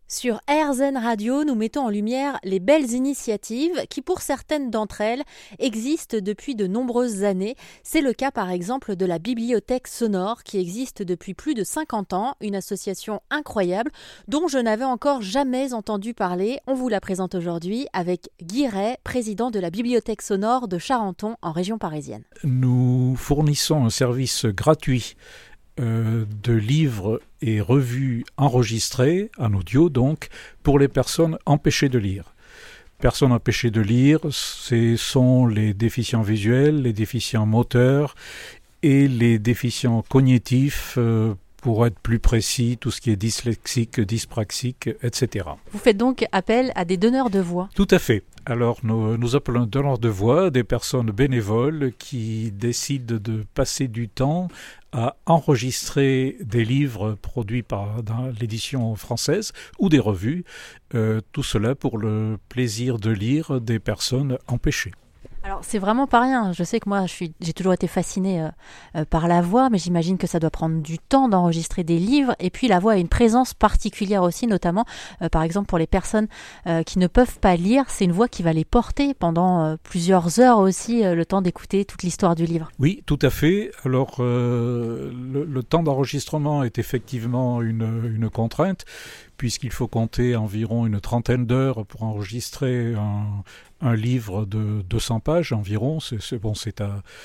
Sur RZN Radio, nous mettons en lumière les belles initiatives qui, pour certaines d'entre elles, existent depuis de nombreuses années. C'est le cas par exemple de la Bibliothèque Sonore qui existe depuis plus de 50 ans, une association incroyable dont je n'avais encore jamais entendu parler. On vous la présente aujourd'hui avec Guy Ray, président de la Bibliothèque Sonore de Charenton en région parisienne. Nous fournissons un service gratuit de livres et revues enregistrées, en audio donc, pour les personnes empêchées de lire. Personnes empêchées de lire, ce sont les déficients visuels, les déficients moteurs et les déficients cognitifs, pour être plus précis, tout ce qui est dyslexique, dyspraxique, etc. Vous faites donc appel à des donneurs de voix. Tout à fait. Alors nous appelons donneurs de voix des personnes bénévoles qui décident de passer du temps à enregistrer des livres produits dans l'édition française ou des revues, tout cela pour le plaisir de lire des personnes empêchées. Alors c'est vraiment pas rien, je sais que moi j'ai toujours été fascinée par la voix, mais j'imagine que ça doit prendre du temps d'enregistrer des livres, et puis la voix a une présence particulière aussi, notamment par exemple pour les personnes qui ne peuvent pas lire, c'est une voix qui va les porter pendant plusieurs heures aussi, le temps d'écouter toute l'histoire du livre. Oui, tout à fait. Alors le temps d'enregistrement est effectivement une contrainte, puisqu'il faut compter environ une trentaine d'heures pour enregistrer un livre de 200 pages environ. C'est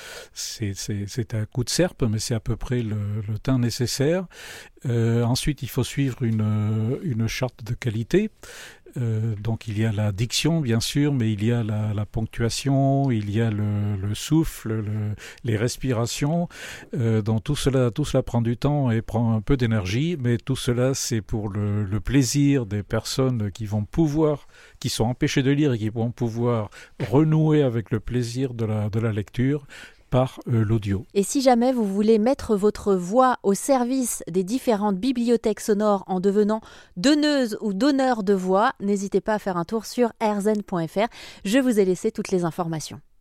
un coup de serpe, mais c'est à peu près le temps nécessaire. Ensuite, il faut suivre une charte de qualité. Donc il y a la diction bien sûr, mais il y a la ponctuation, il y a le souffle, les respirations. Donc tout cela prend du temps et prend un peu d'énergie, mais tout cela c'est pour le plaisir des personnes qui sont empêchées de lire et qui vont pouvoir renouer avec le plaisir de la lecture par l'audio. Et si jamais vous voulez mettre votre voix au service des différentes bibliothèques sonores en devenant donneuse ou donneur de voix, n'hésitez pas à faire un tour sur rzn.fr. Je vous ai laissé toutes les informations.